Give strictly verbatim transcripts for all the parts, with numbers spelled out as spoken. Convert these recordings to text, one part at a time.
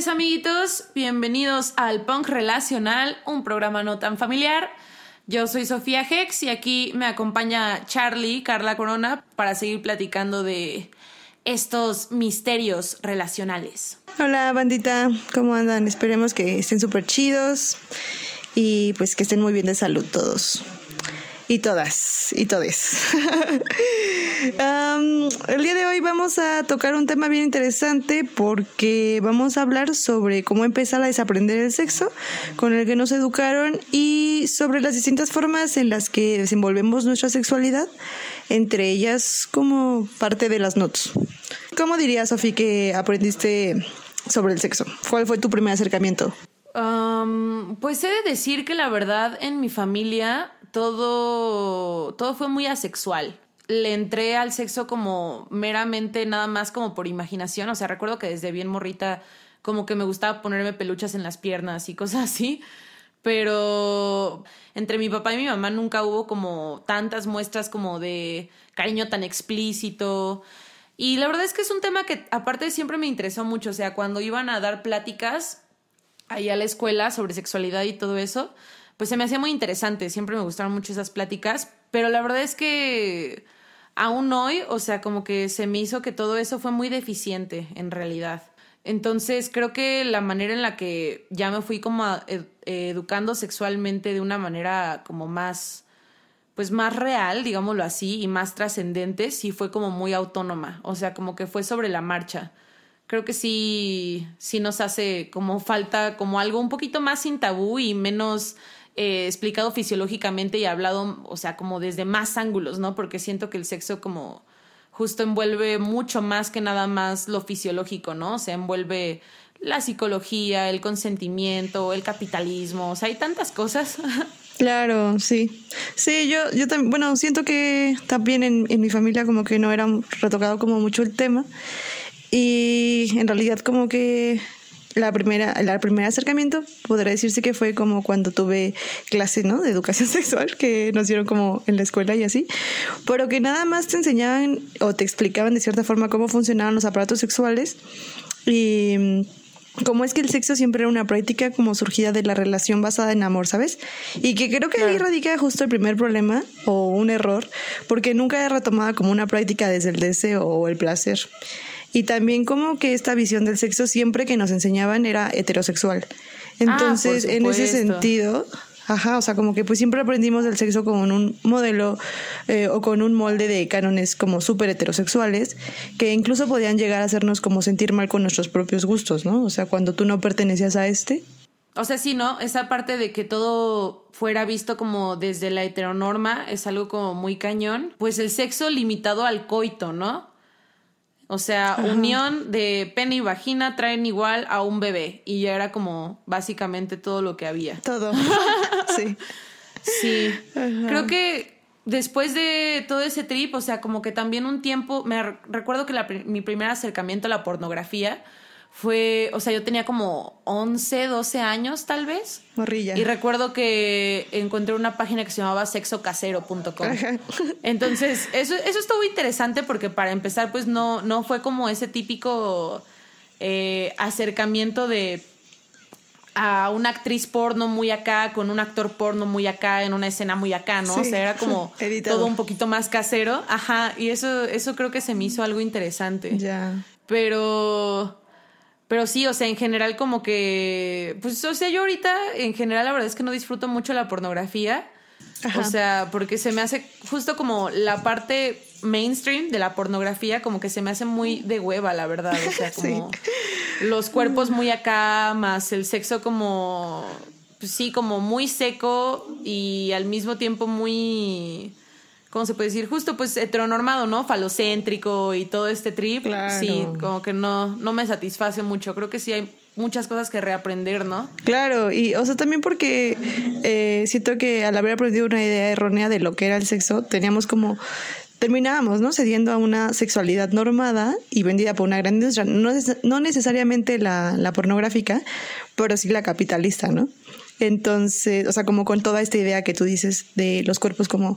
noches, amiguitos. Bienvenidos al Punk Relacional, un programa no tan familiar. Yo soy Sofía Hex y aquí me acompaña Charlie, Carla Corona, para seguir platicando de estos misterios relacionales. Hola, bandita. ¿Cómo andan? Esperemos que estén súper chidos y pues que estén muy bien de salud todos. Y todas, y todes. um, el día de hoy vamos a tocar un tema bien interesante porque vamos a hablar sobre cómo empezar a desaprender el sexo con el que nos educaron y sobre las distintas formas en las que desenvolvemos nuestra sexualidad, entre ellas como parte de las notas. ¿Cómo dirías, Sofi, que aprendiste sobre el sexo? ¿Cuál fue tu primer acercamiento? Um, pues he de decir que la verdad en mi familia todo, todo fue muy asexual. Le entré al sexo como meramente nada más como por imaginación. O sea, recuerdo que desde bien morrita como que me gustaba ponerme peluchas en las piernas y cosas así. Pero entre mi papá y mi mamá nunca hubo como tantas muestras como de cariño tan explícito. Y la verdad es que es un tema que aparte siempre me interesó mucho. O sea, cuando iban a dar pláticas ahí a la escuela sobre sexualidad y todo eso, pues se me hacía muy interesante. Siempre me gustaron mucho esas pláticas, pero la verdad es que aún hoy, o sea, como que se me hizo que todo eso fue muy deficiente en realidad. Entonces creo que la manera en la que ya me fui como a, ed, educando sexualmente de una manera como más, pues más real, digámoslo así, y más trascendente, sí fue como muy autónoma. O sea, como que fue sobre la marcha. Creo que sí, sí nos hace como falta como algo un poquito más sin tabú y menos eh, explicado fisiológicamente y hablado, o sea, como desde más ángulos, ¿no? Porque siento que el sexo como justo envuelve mucho más que nada más lo fisiológico, ¿no? O sea, envuelve la psicología, el consentimiento, el capitalismo, o sea, hay tantas cosas. Claro, sí. Sí, yo, yo también, bueno, siento que también en, en mi familia como que no era retocado como mucho el tema. Y en realidad como que la primera, el primer acercamiento podría decirse que fue como cuando tuve clase, ¿no? De educación sexual que nos dieron como en la escuela y así, pero que nada más te enseñaban o te explicaban de cierta forma cómo funcionaban los aparatos sexuales y cómo es que el sexo siempre era una práctica como surgida de la relación basada en amor, ¿sabes? Y que creo que ahí radica justo el primer problema o un error, porque nunca era retomada como una práctica desde el deseo o el placer. Y también como que esta visión del sexo siempre que nos enseñaban era heterosexual. Entonces, ah, en ese sentido, ajá, o sea, como que pues siempre aprendimos del sexo con un modelo eh, o con un molde de cánones como súper heterosexuales que incluso podían llegar a hacernos como sentir mal con nuestros propios gustos, ¿no? O sea, cuando tú no pertenecías a este. O sea, sí, ¿no? Esa parte de que todo fuera visto como desde la heteronorma es algo como muy cañón. Pues el sexo limitado al coito, ¿no? O sea, ajá, unión de pene y vagina traen igual a un bebé. Y ya era como básicamente todo lo que había. Todo. Sí. Sí. Ajá. Creo que después de todo ese trip, o sea, como que también un tiempo... Me recuerdo que la, mi primer acercamiento a la pornografía fue... O sea, yo tenía como once, doce años tal vez. Morrilla. Y recuerdo que encontré una página que se llamaba sexo casero punto com. Entonces, eso, eso estuvo interesante porque para empezar, pues no, no fue como ese típico eh, acercamiento de a una actriz porno muy acá con un actor porno muy acá en una escena muy acá, ¿no? Sí. O sea, era como editado, todo un poquito más casero. Ajá, y eso, eso creo que se me hizo algo interesante. Ya. Pero... Pero sí, o sea, en general como que... Pues, o sea, yo ahorita en general la verdad es que no disfruto mucho la pornografía. Ajá. O sea, porque se me hace justo como la parte mainstream de la pornografía como que se me hace muy de hueva, la verdad. O sea, como sí, los cuerpos muy acá, más el sexo como... Pues sí, como muy seco y al mismo tiempo muy... ¿Cómo se puede decir? Justo pues heteronormado, ¿no? Falocéntrico y todo este trip. Claro. Sí, como que no, no me satisface mucho. Creo que sí hay muchas cosas que reaprender, ¿no? Claro, y o sea también porque eh, siento que al haber aprendido una idea errónea de lo que era el sexo, teníamos como... Terminábamos, ¿no? Cediendo a una sexualidad normada y vendida por una gran industria. No, no necesariamente la, la pornográfica, pero sí la capitalista, ¿no? Entonces, o sea, como con toda esta idea que tú dices de los cuerpos como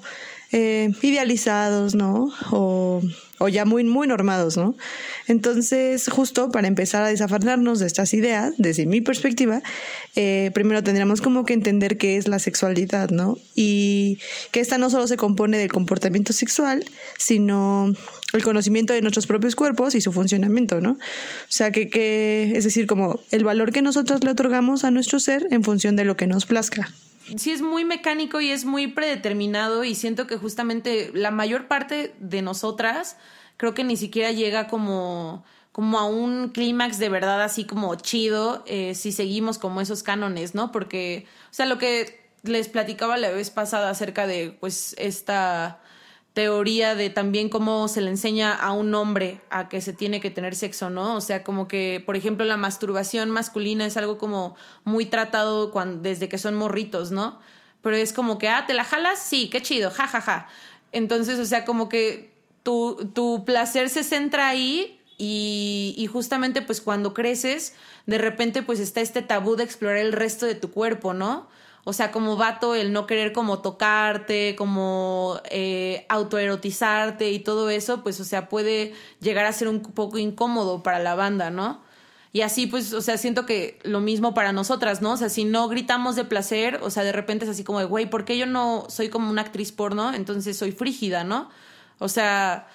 eh, idealizados, ¿no? O, o ya muy, muy normados, ¿no? Entonces, justo para empezar a desafanarnos de estas ideas, desde mi perspectiva, eh, primero tendríamos como que entender qué es la sexualidad, ¿no? Y que esta no solo se compone del comportamiento sexual, sino el conocimiento de nuestros propios cuerpos y su funcionamiento, ¿no? O sea, que, que es decir, como el valor que nosotros le otorgamos a nuestro ser en función de lo que nos plazca. Sí, es muy mecánico y es muy predeterminado, y siento que justamente la mayor parte de nosotras creo que ni siquiera llega como, como a un clímax de verdad así como chido, eh, si seguimos como esos cánones, ¿no? Porque, o sea, lo que les platicaba la vez pasada acerca de pues esta teoría de también cómo se le enseña a un hombre a que se tiene que tener sexo, ¿no? O sea, como que, por ejemplo, la masturbación masculina es algo como muy tratado cuando, desde que son morritos, ¿no? Pero es como que, ah, ¿te la jalas? Sí, qué chido, ja, ja, ja. Entonces, o sea, como que tu, tu placer se centra ahí y, y justamente pues cuando creces, de repente pues está este tabú de explorar el resto de tu cuerpo, ¿no? O sea, como vato, el no querer como tocarte, como eh, autoerotizarte y todo eso, pues, o sea, puede llegar a ser un poco incómodo para la banda, ¿no? Y así, pues, o sea, siento que lo mismo para nosotras, ¿no? O sea, si no gritamos de placer, o sea, de repente es así como de, güey, ¿por qué yo no soy como una actriz porno? Entonces soy frígida, ¿no? O sea,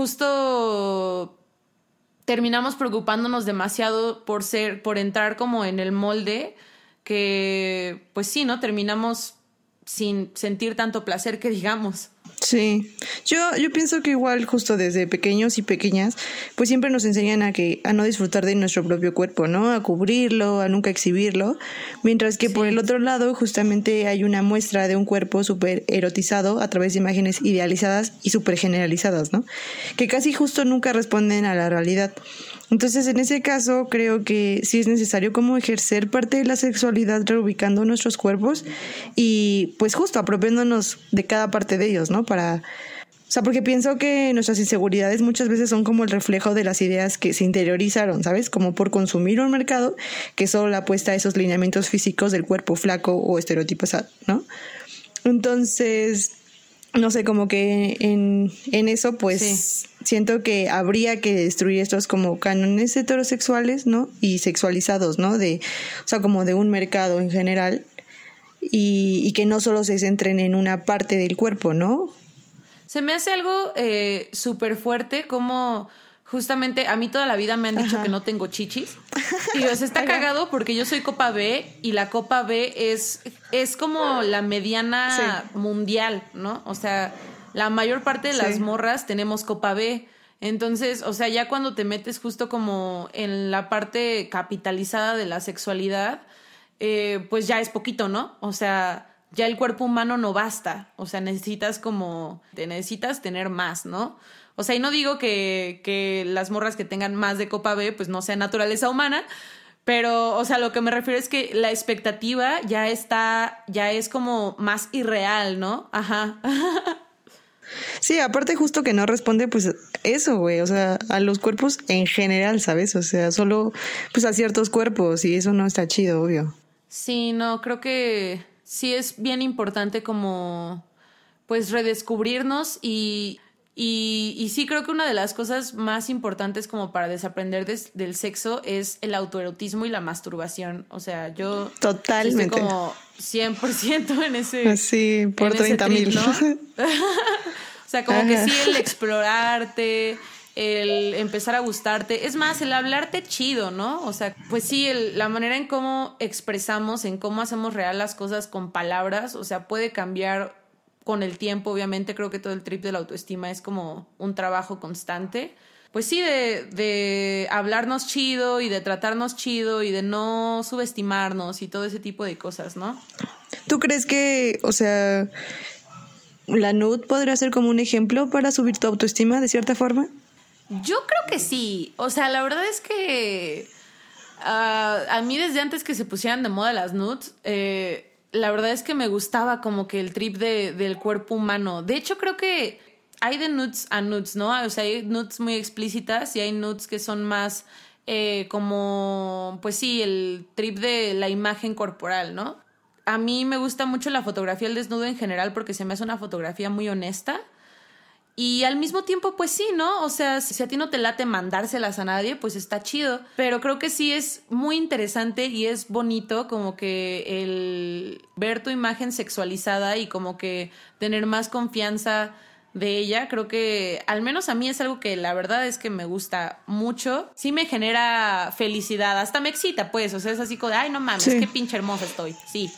justo terminamos preocupándonos demasiado por ser, por entrar como en el molde que, pues sí, ¿no? Terminamos sin sentir tanto placer que digamos. Sí, yo, yo pienso que igual justo desde pequeños y pequeñas, pues siempre nos enseñan a que a no disfrutar de nuestro propio cuerpo, ¿no? A cubrirlo, a nunca exhibirlo, mientras que sí, por el otro lado justamente hay una muestra de un cuerpo súper erotizado a través de imágenes idealizadas y súper generalizadas, ¿no? Que casi justo nunca responden a la realidad. Entonces, en ese caso, creo que sí es necesario como ejercer parte de la sexualidad reubicando nuestros cuerpos y pues justo apropiándonos de cada parte de ellos, ¿no? Para, o sea, porque pienso que nuestras inseguridades muchas veces son como el reflejo de las ideas que se interiorizaron, ¿sabes? Como por consumir un mercado que solo le apuesta a esos lineamientos físicos del cuerpo flaco o estereotipado, ¿no? Entonces, no sé, como que en, en eso pues sí, siento que habría que destruir estos como cánones heterosexuales, ¿no? Y sexualizados, ¿no? De, o sea, como de un mercado en general y, y que no solo se centren en una parte del cuerpo, ¿no? Se me hace algo eh, súper fuerte como justamente a mí toda la vida me han dicho Ajá. que no tengo chichis y o sea, está cagado porque yo soy copa B y la copa B es, es como la mediana sí. mundial, ¿no? O sea, la mayor parte de las sí. morras tenemos copa B. Entonces, o sea, ya cuando te metes justo como en la parte capitalizada de la sexualidad, eh, pues ya es poquito, ¿no? O sea, ya el cuerpo humano no basta. O sea, necesitas como, te necesitas tener más, ¿no? O sea, y no digo que, que las morras que tengan más de copa B, pues no sea naturaleza humana, pero, o sea, lo que me refiero es que la expectativa ya está, ya es como más irreal, ¿no? Ajá. Sí, aparte justo que no responde, pues, eso, güey, o sea, a los cuerpos en general, ¿sabes? O sea, solo, pues, a ciertos cuerpos y eso no está chido, obvio. Sí, no, creo que sí es bien importante como, pues, redescubrirnos y... Y, y sí creo que una de las cosas más importantes como para desaprender des, del sexo es el autoerotismo y la masturbación. O sea, yo totalmente estoy como cien por ciento en ese sí, por treinta mil, ¿no? O sea, como Ajá. que sí, el explorarte, el empezar a gustarte. Es más, el hablarte chido, ¿no? O sea, pues sí, el, la manera en cómo expresamos, en cómo hacemos real las cosas con palabras, o sea, puede cambiar con el tiempo, obviamente. Creo que todo el trip de la autoestima es como un trabajo constante. Pues sí, de, de hablarnos chido y de tratarnos chido y de no subestimarnos y todo ese tipo de cosas, ¿no? ¿Tú crees que, o sea, la nude podría ser como un ejemplo para subir tu autoestima de cierta forma? Yo creo que sí. O sea, la verdad es que uh, a mí desde antes que se pusieran de moda las nudes, eh, la verdad es que me gustaba como que el trip de, del cuerpo humano. De hecho, creo que hay de nudes a nudes, ¿no? O sea, hay nudes muy explícitas y hay nudes que son más eh, como, pues sí, el trip de la imagen corporal, ¿no? A mí me gusta mucho la fotografía del desnudo en general porque se me hace una fotografía muy honesta. Y al mismo tiempo, pues sí, ¿no? O sea, si a ti no te late mandárselas a nadie, pues está chido. Pero creo que sí es muy interesante y es bonito como que el ver tu imagen sexualizada y como que tener más confianza de ella. Creo que al menos a mí es algo que la verdad es que me gusta mucho. Sí me genera felicidad, hasta me excita, pues. O sea, es así como de, ay, no mames, sí. Qué pinche hermosa estoy. Sí.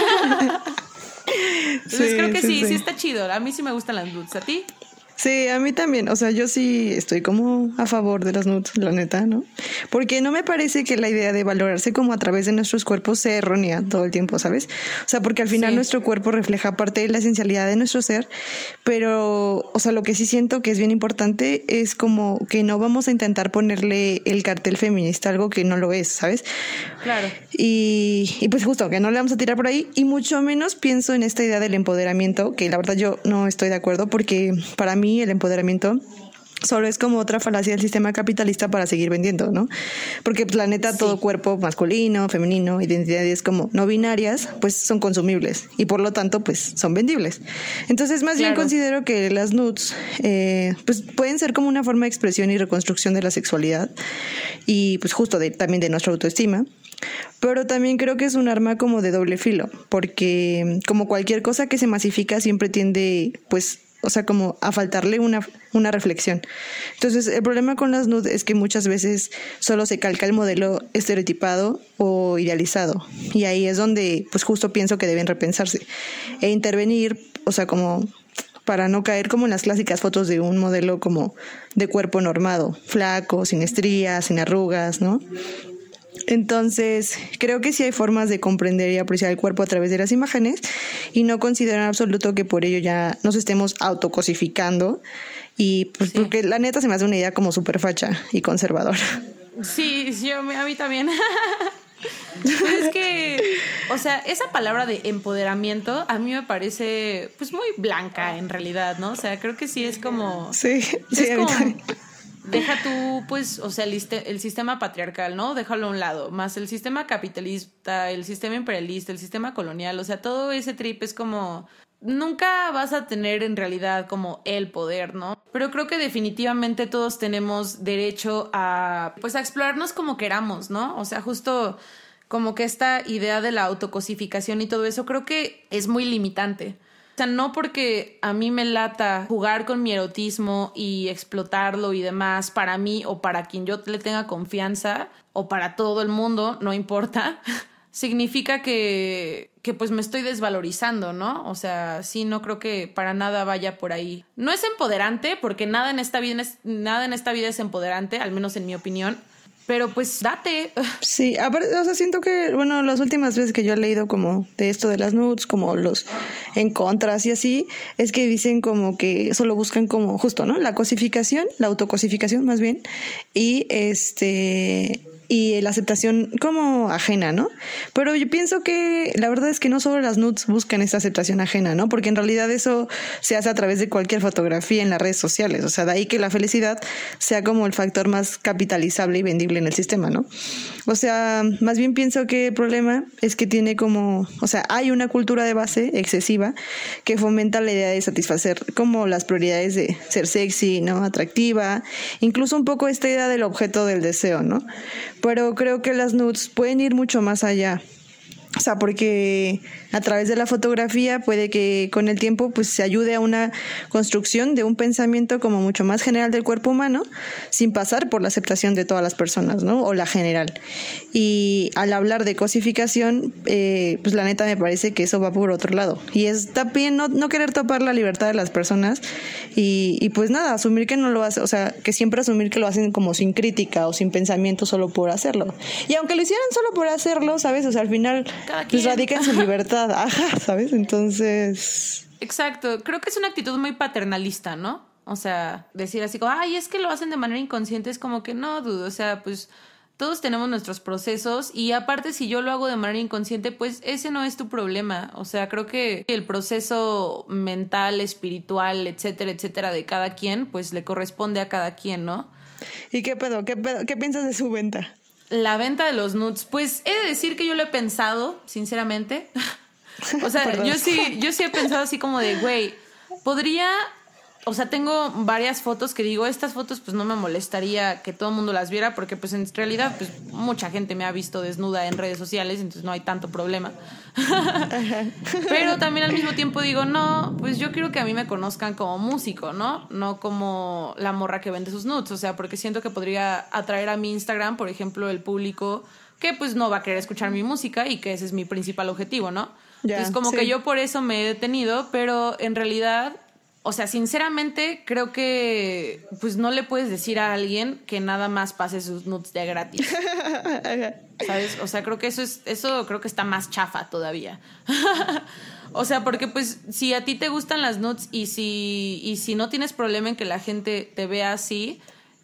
Entonces sí, creo que sí, sí, sí, sí está chido. A mí sí me gustan las nudes. ¿A ti? Sí, a mí también. O sea, yo sí estoy como a favor de las nudes, la neta, ¿no? Porque no me parece que la idea de valorarse como a través de nuestros cuerpos sea errónea todo el tiempo, ¿sabes? O sea, porque al final sí. Nuestro cuerpo refleja parte de la esencialidad de nuestro ser, pero, o sea, lo que sí siento que es bien importante es como que no vamos a intentar ponerle el cartel feminista a algo que no lo es, ¿sabes? Claro. Y, y pues justo, que no le vamos a tirar por ahí, y mucho menos pienso en esta idea del empoderamiento, que la verdad yo no estoy de acuerdo, porque para mí el empoderamiento solo es como otra falacia del sistema capitalista para seguir vendiendo, ¿no? Porque pues, la neta, sí. Todo cuerpo masculino, femenino, identidades como no binarias, pues son consumibles y por lo tanto, pues son vendibles. Entonces, más claro. bien considero que las nudes, eh, pues pueden ser como una forma de expresión y reconstrucción de la sexualidad y pues justo de, también de nuestra autoestima. Pero también creo que es un arma como de doble filo, porque como cualquier cosa que se masifica siempre tiende, pues, o sea, como a faltarle una, una reflexión. Entonces, el problema con las nudes es que muchas veces solo se calca el modelo estereotipado o idealizado. Y ahí es donde, pues justo pienso que deben repensarse e intervenir, o sea, como para no caer como en las clásicas fotos de un modelo como de cuerpo normado, flaco, sin estrías, sin arrugas, ¿no? Entonces, creo que sí hay formas de comprender y apreciar el cuerpo a través de las imágenes y no considero en absoluto que por ello ya nos estemos autocosificando y pues sí. Porque la neta se me hace una idea como súper facha y conservadora. Sí, sí, a mí también. Pues es que, o sea, esa palabra de empoderamiento a mí me parece pues muy blanca en realidad, ¿no? O sea, creo que sí es como... Sí, es sí, como, a mí también. Deja tú, pues, o sea, el, el sistema patriarcal, ¿no? Déjalo a un lado. Más el sistema capitalista, el sistema imperialista, el sistema colonial. O sea, todo ese trip es como... Nunca vas a tener en realidad como el poder, ¿no? Pero creo que definitivamente todos tenemos derecho a, pues, a explorarnos como queramos, ¿no? O sea, justo como que esta idea de la autocosificación y todo eso creo que es muy limitante. O sea, no porque a mí me lata jugar con mi erotismo y explotarlo y demás para mí o para quien yo le tenga confianza o para todo el mundo, no importa, significa que, que pues me estoy desvalorizando, ¿no? O sea, sí, no creo que para nada vaya por ahí. No es empoderante porque nada en esta vida es, nada en esta vida es empoderante, al menos en mi opinión. Pero pues date. Sí, aparte, o sea, siento que, bueno, las últimas veces que yo he leído como de esto de las nudes, como los en contras y así, es que dicen como que solo buscan como justo, ¿no? La cosificación, la autocosificación más bien, y este... y la aceptación como ajena, ¿no? Pero yo pienso que la verdad es que no solo las nudes buscan esa aceptación ajena, ¿no? Porque en realidad eso se hace a través de cualquier fotografía en las redes sociales. O sea, de ahí que la felicidad sea como el factor más capitalizable y vendible en el sistema, ¿no? O sea, más bien pienso que el problema es que tiene como... O sea, hay una cultura de base excesiva que fomenta la idea de satisfacer como las prioridades de ser sexy, ¿no? Atractiva. Incluso un poco esta idea del objeto del deseo, ¿no? Pero creo que las nudes pueden ir mucho más allá. O sea, porque a través de la fotografía puede que con el tiempo pues se ayude a una construcción de un pensamiento como mucho más general del cuerpo humano, sin pasar por la aceptación de todas las personas, ¿no? O la general. Y al hablar de cosificación, eh, pues la neta me parece que eso va por otro lado. Y es también no, no querer topar la libertad de las personas y, y pues nada, asumir que no lo hace, o sea, que siempre asumir que lo hacen como sin crítica o sin pensamiento solo por hacerlo. Y aunque lo hicieran solo por hacerlo, ¿sabes? O sea, al final pues radica en su libertad. Ajá, ¿sabes? Entonces... Exacto. Creo que es una actitud muy paternalista, ¿no? O sea, decir así como, ay, es que lo hacen de manera inconsciente, es como que no, dudo. O sea, pues todos tenemos nuestros procesos y aparte si yo lo hago de manera inconsciente, pues ese no es tu problema. O sea, creo que el proceso mental, espiritual, etcétera, etcétera, de cada quien, pues le corresponde a cada quien, ¿no? ¿Y qué pedo? ¿Qué pedo? ¿Qué piensas de su venta? La venta de los nudes, pues he de decir que yo lo he pensado, sinceramente. O sea, yo sí, yo sí he pensado así como de, güey, podría... O sea, tengo varias fotos que digo, estas fotos pues no me molestaría que todo el mundo las viera porque pues en realidad pues mucha gente me ha visto desnuda en redes sociales, entonces no hay tanto problema. Pero también al mismo tiempo digo, no, pues yo quiero que a mí me conozcan como músico, ¿no? No como la morra que vende sus nudes, o sea, porque siento que podría atraer a mi Instagram, por ejemplo, el público que pues no va a querer escuchar mi música y que ese es mi principal objetivo, ¿no? Yeah, entonces como sí. que yo por eso me he detenido, pero en realidad... O sea, sinceramente, creo que pues no le puedes decir a alguien que nada más pase sus nudes de gratis. ¿Sabes? O sea, creo que eso es, eso creo que está más chafa todavía. O sea, porque pues si a ti te gustan las nudes y si, y si no tienes problema en que la gente te vea así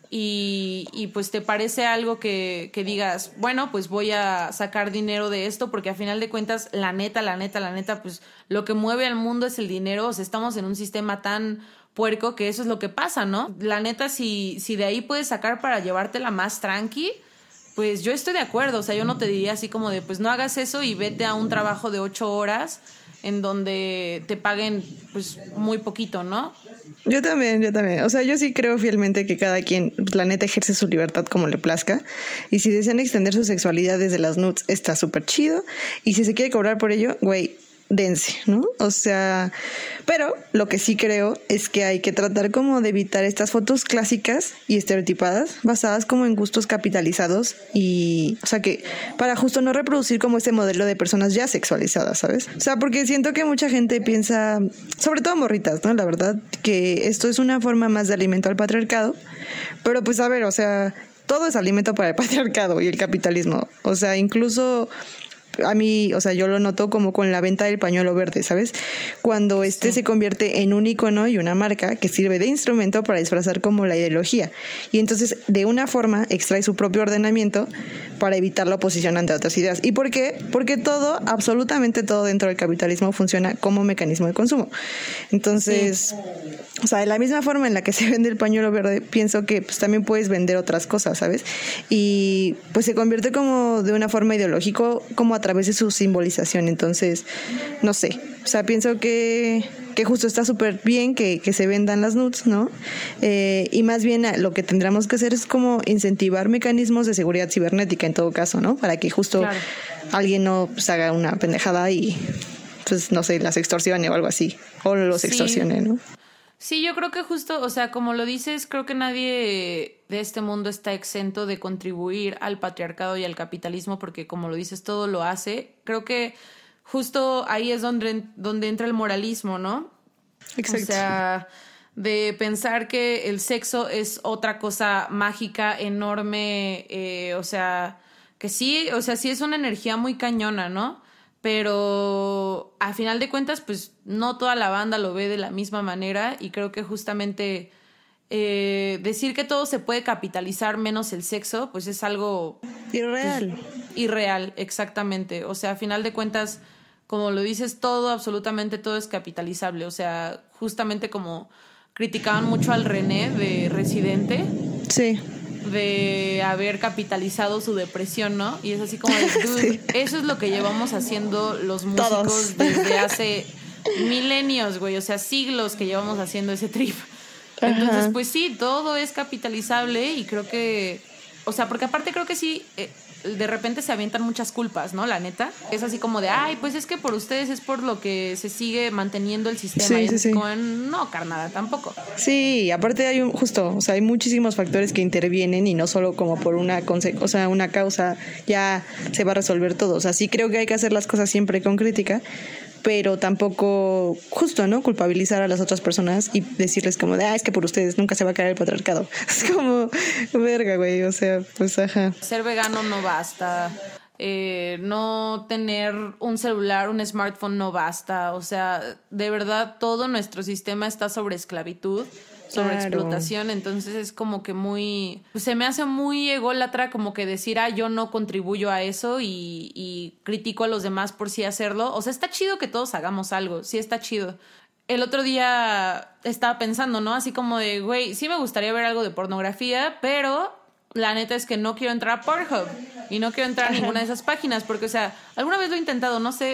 y, y pues te parece algo que, que digas, bueno, pues voy a sacar dinero de esto porque a final de cuentas, la neta, la neta, la neta, pues lo que mueve al mundo es el dinero. O sea, estamos en un sistema tan puerco que eso es lo que pasa, ¿no? La neta, si, si de ahí puedes sacar para llevártela más tranqui, pues yo estoy de acuerdo. O sea, yo no te diría así como de, pues no hagas eso y vete a un trabajo de ocho horas en donde te paguen pues muy poquito, ¿no? Yo también, yo también. O sea, yo sí creo fielmente que cada quien, la neta, ejerce su libertad como le plazca. Y si desean extender su sexualidad desde las nudes, está súper chido. Y si se quiere cobrar por ello, güey, dense, ¿no? O sea, pero lo que sí creo es que hay que tratar como de evitar estas fotos clásicas y estereotipadas basadas como en gustos capitalizados y, o sea, que para justo no reproducir como este modelo de personas ya sexualizadas, ¿sabes? O sea, porque siento que mucha gente piensa, sobre todo morritas, ¿no? La verdad, que esto es una forma más de alimento al patriarcado, pero pues a ver, o sea, todo es alimento para el patriarcado y el capitalismo, o sea, incluso... A mí, o sea, yo lo noto como con la venta del pañuelo verde, ¿sabes? Cuando este sí. se convierte en un icono y una marca que sirve de instrumento para disfrazar como la ideología. Y entonces, de una forma, extrae su propio ordenamiento para evitar la oposición ante otras ideas. ¿Y por qué? Porque todo, absolutamente todo dentro del capitalismo funciona como mecanismo de consumo. Entonces, sí. o sea, de la misma forma en la que se vende el pañuelo verde, pienso que pues, también puedes vender otras cosas, ¿sabes? Y pues se convierte como de una forma ideológico, como a través de su simbolización. Entonces, no sé, o sea, pienso que, que justo está súper bien que, que se vendan las nudes, ¿no? Eh, y más bien lo que tendríamos que hacer es como incentivar mecanismos de seguridad cibernética en todo caso, ¿no? Para que justo claro. alguien no pues, haga una pendejada y, pues, no sé, las extorsione o algo así, o los sí. extorsione, ¿no? Sí, yo creo que justo, o sea, como lo dices, creo que nadie de este mundo está exento de contribuir al patriarcado y al capitalismo porque, como lo dices, todo lo hace. Creo que justo ahí es donde, donde entra el moralismo, ¿no? Exacto. O sea, de pensar que el sexo es otra cosa mágica, enorme, eh, o sea, que sí, o sea, sí es una energía muy cañona, ¿no? Pero a final de cuentas, pues no toda la banda lo ve de la misma manera y creo que justamente eh, decir que todo se puede capitalizar menos el sexo, pues es algo... Irreal. Pues, irreal, exactamente. O sea, a final de cuentas, como lo dices, todo, absolutamente todo es capitalizable. O sea, justamente como criticaban mucho al René de Residente. Sí. De haber capitalizado su depresión, ¿no? Y es así como, de, dude, sí. eso es lo que llevamos haciendo los músicos Todos. desde hace milenios, güey, o sea, siglos que llevamos haciendo ese trip. Entonces, Ajá. pues sí, todo es capitalizable y creo que, o sea, porque aparte creo que sí, eh, de repente se avientan muchas culpas, ¿no? La neta. Es así como de, ay, pues es que por ustedes es por lo que se sigue manteniendo el sistema. Sí, y sí, es sí. como, no, carnada, tampoco. Sí, aparte hay un, justo, o sea, hay muchísimos factores que intervienen y no solo como por una, conse- o sea, una causa ya se va a resolver todo. O sea, sí creo que hay que hacer las cosas siempre con crítica, pero tampoco justo, ¿no? Culpabilizar a las otras personas y decirles como de, ah, es que por ustedes nunca se va a caer el patriarcado. Es como, verga, güey, o sea, pues ajá. Ser vegano no basta, eh, no tener un celular, un smartphone no basta, o sea, de verdad todo nuestro sistema está sobre esclavitud, sobre claro. explotación, entonces es como que muy, pues se me hace muy ególatra como que decir, ah, yo no contribuyo a eso y, y critico a los demás por sí hacerlo. O sea, está chido que todos hagamos algo, sí está chido. El otro día estaba pensando, ¿no? Así como de, güey, sí me gustaría ver algo de pornografía, pero la neta es que no quiero entrar a Pornhub y no quiero entrar a ninguna de esas páginas porque, o sea, alguna vez lo he intentado, no sé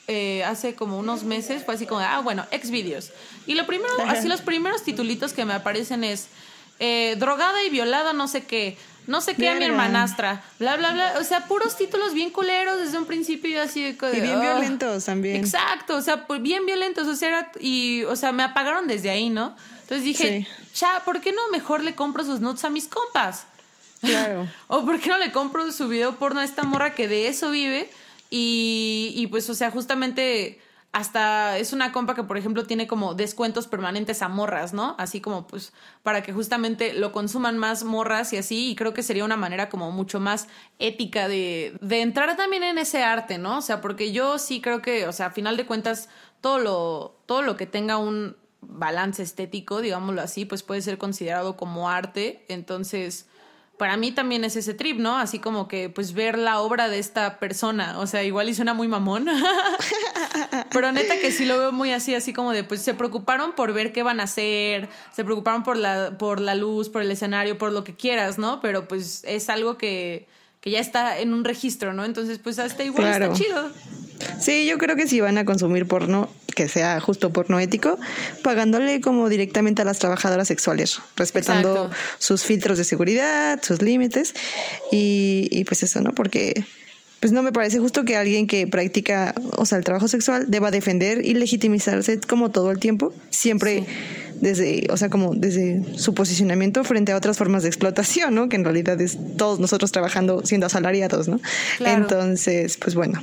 eh, hace como unos meses, fue así como, ah, bueno, Xvideos. Y lo primero, Ajá. así los primeros titulitos que me aparecen es eh, drogada y violada, no sé qué, no sé qué a mi hermanastra, bla, bla, bla. O sea, puros títulos bien culeros desde un principio, yo así de... Y bien oh. violentos también. Exacto, o sea, pues bien violentos, o sea, era, y, o sea, me apagaron desde ahí, ¿no? Entonces dije, sí. ya, ¿por qué no mejor le compro sus nudes a mis compas? Claro. O ¿por qué no le compro su video porno a esta morra que de eso vive? Y, y pues, o sea, justamente hasta es una compa que, por ejemplo, tiene como descuentos permanentes a morras, ¿no? Así como, pues, para que justamente lo consuman más morras y así. Y creo que sería una manera como mucho más ética de, de entrar también en ese arte, ¿no? O sea, porque yo sí creo que, o sea, a final de cuentas, todo lo, todo lo que tenga un balance estético, digámoslo así, pues puede ser considerado como arte. Entonces, para mí también es ese trip, ¿no? Así como que, pues, ver la obra de esta persona. O sea, igual y suena muy mamón. Pero neta que sí lo veo muy así, así como de, pues, se preocuparon por ver qué van a hacer, se preocuparon por la, por la luz, por el escenario, por lo que quieras, ¿no? Pero, pues, es algo que, que ya está en un registro, ¿no? Entonces, pues, hasta igual claro. está chido. Sí, yo creo que si van a consumir porno, que sea justo porno ético, pagándole como directamente a las trabajadoras sexuales, respetando Exacto. sus filtros de seguridad, sus límites y, y pues eso, ¿no? Porque pues no me parece justo que alguien que practica, o sea, el trabajo sexual deba defender y legitimizarse como todo el tiempo, siempre sí. desde, o sea, como desde su posicionamiento frente a otras formas de explotación, ¿no? Que en realidad es todos nosotros trabajando siendo asalariados, ¿no? Claro. Entonces, pues bueno.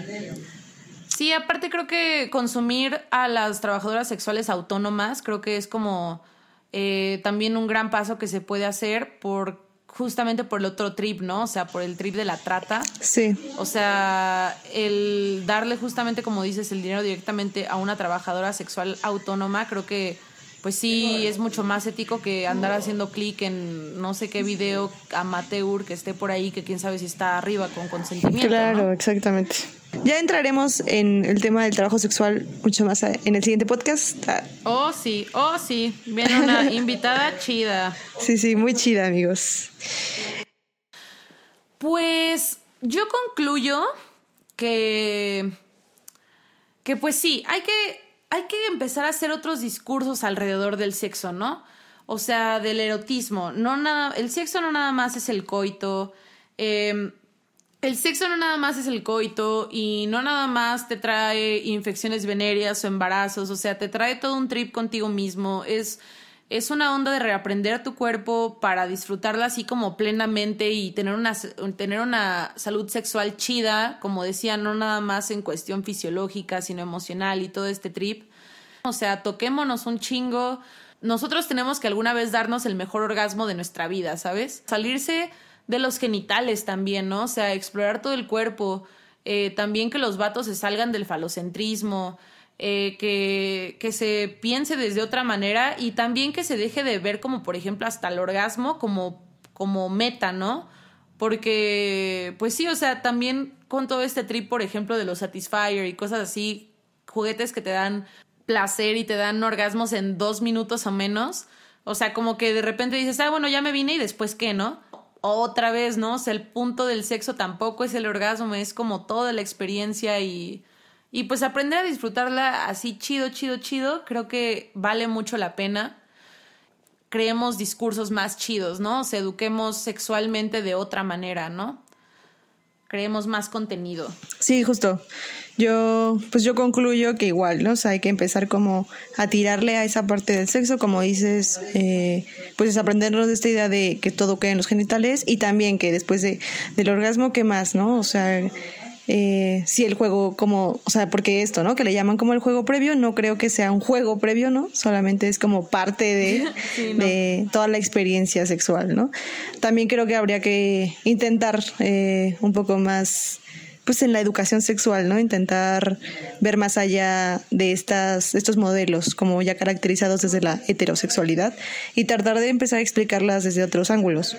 Sí, aparte creo que consumir a las trabajadoras sexuales autónomas creo que es como eh, también un gran paso que se puede hacer por justamente por el otro trip, ¿no? O sea, por el trip de la trata. Sí. O sea, el darle justamente, como dices, el dinero directamente a una trabajadora sexual autónoma, creo que pues sí es mucho más ético que andar haciendo clic en no sé qué video amateur que esté por ahí, que quién sabe si está arriba con consentimiento. Claro, ¿no? Exactamente. Ya entraremos en el tema del trabajo sexual mucho más en el siguiente podcast. Oh, sí, oh, sí. Viene una invitada chida. Sí, sí, muy chida, amigos. Pues yo concluyo que, que pues sí, hay que, hay que empezar a hacer otros discursos alrededor del sexo, ¿no? O sea, del erotismo. No nada, el sexo no nada más es el coito. Eh, el sexo no nada más es el coito y no nada más te trae infecciones venéreas o embarazos. O sea, te trae todo un trip contigo mismo. Es... Es una onda de reaprender tu cuerpo para disfrutarla así como plenamente y tener una, tener una salud sexual chida, como decía, no nada más en cuestión fisiológica, sino emocional y todo este trip. O sea, toquémonos un chingo. Nosotros tenemos que alguna vez darnos el mejor orgasmo de nuestra vida, ¿sabes? Salirse de los genitales también, ¿no? O sea, explorar todo el cuerpo. Eh, también que los vatos se salgan del falocentrismo. Eh, que, que se piense desde otra manera y también que se deje de ver como, por ejemplo, hasta el orgasmo como, como meta, ¿no? Porque, pues sí, o sea, también con todo este trip, por ejemplo, de los Satisfyer y cosas así, juguetes que te dan placer y te dan orgasmos en dos minutos o menos, o sea, como que de repente dices, ah, bueno, ya me vine y después, ¿qué, no? Otra vez, ¿no? O sea, el punto del sexo tampoco es el orgasmo, es como toda la experiencia y... Y pues aprender a disfrutarla así chido, chido, chido, creo que vale mucho la pena. Creemos discursos más chidos, ¿no? O sea, eduquemos sexualmente de otra manera, ¿no? Creemos más contenido. Sí, justo. Yo, pues yo concluyo que igual, ¿no? O sea, hay que empezar como a tirarle a esa parte del sexo, como dices, eh, pues es aprendernos de esta idea de que todo queda en los genitales y también que después de, del orgasmo, ¿qué más, no? O sea... Eh, sí, el juego como, o sea, porque esto, ¿no? Que le llaman como el juego previo, no creo que sea un juego previo, ¿no? Solamente es como parte de, sí, ¿no? de toda la experiencia sexual, ¿no? También creo que habría que intentar eh, un poco más, pues en la educación sexual, ¿no? Intentar ver más allá de estas, estos modelos como ya caracterizados desde la heterosexualidad y tratar de empezar a explicarlas desde otros ángulos.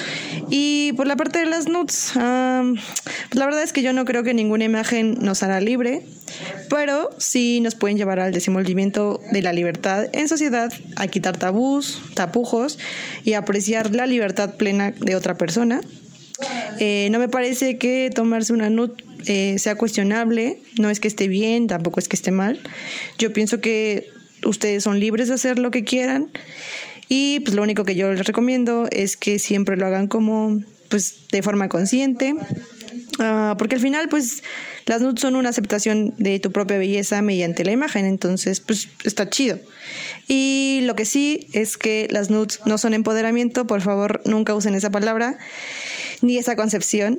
Y por la parte de las nudes, um, pues la verdad es que yo no creo que ninguna imagen nos hará libre, pero sí nos pueden llevar al desenvolvimiento de la libertad en sociedad, a quitar tabús, tapujos y apreciar la libertad plena de otra persona. Eh, no me parece que tomarse una nude eh, sea cuestionable, no es que esté bien, tampoco es que esté mal. Yo pienso que ustedes son libres de hacer lo que quieran y pues lo único que yo les recomiendo es que siempre lo hagan como pues de forma consciente, uh, porque al final pues las nudes son una aceptación de tu propia belleza mediante la imagen, entonces pues está chido. Y lo que sí es que las nudes no son empoderamiento, por favor nunca usen esa palabra ni esa concepción.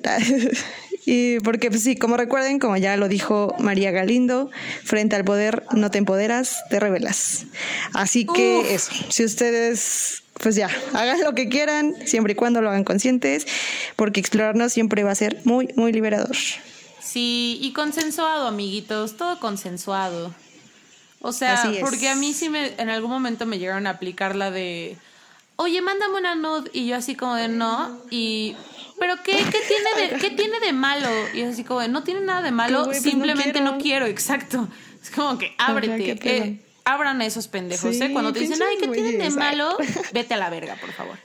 Y porque pues sí, como recuerden, como ya lo dijo María Galindo, frente al poder no te empoderas, te rebelas. Así que Uf. eso, si ustedes pues ya, hagan lo que quieran, siempre y cuando lo hagan conscientes, porque explorarnos siempre va a ser muy, muy liberador. Sí, y consensuado, amiguitos, todo consensuado. O sea, porque a mí sí me, en algún momento me llegaron a aplicar la de, oye, mándame una nude, y yo así como de no, y... ¿Pero qué, qué, tiene de, qué tiene de malo? Y es así como de, no tiene nada de malo, wey, simplemente no quiero. no quiero, exacto. Es como que ábrete, Ajá, eh, abran a esos pendejos, sí, ¿eh? Cuando te dicen, ay, ¿qué tienen de malo? Vete a la verga, por favor.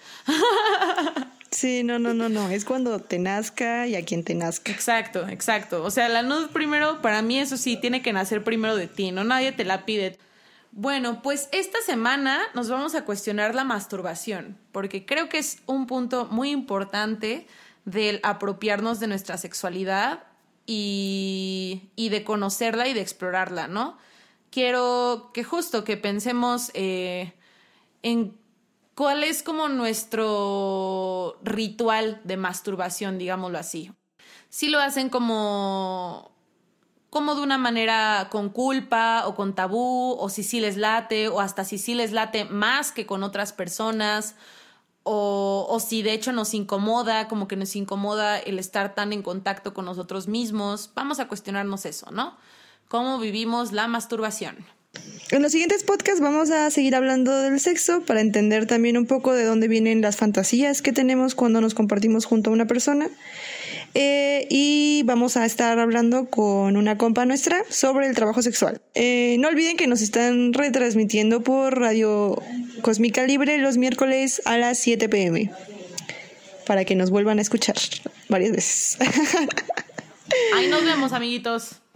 Sí, no, no, no, no, es cuando te nazca y a quien te nazca. Exacto, exacto. O sea, la nude primero, para mí eso sí, tiene que nacer primero de ti, no nadie te la pide. Bueno, pues esta semana nos vamos a cuestionar la masturbación, porque creo que es un punto muy importante del apropiarnos de nuestra sexualidad y, y de conocerla y de explorarla, ¿no? Quiero que justo que pensemos eh, en cuál es como nuestro ritual de masturbación, digámoslo así. Si lo hacen como... como de una manera con culpa o con tabú, o si sí les late, o hasta si sí les late más que con otras personas, o, o si de hecho nos incomoda, como que nos incomoda el estar tan en contacto con nosotros mismos. Vamos a cuestionarnos eso, ¿no? ¿Cómo vivimos la masturbación? En los siguientes podcasts vamos a seguir hablando del sexo para entender también un poco de dónde vienen las fantasías que tenemos cuando nos compartimos junto a una persona. Eh, y vamos a estar hablando con una compa nuestra sobre el trabajo sexual. Eh, no olviden que nos están retransmitiendo por Radio Cósmica Libre los miércoles a las siete pm para que nos vuelvan a escuchar varias veces. Ahí nos vemos, amiguitos.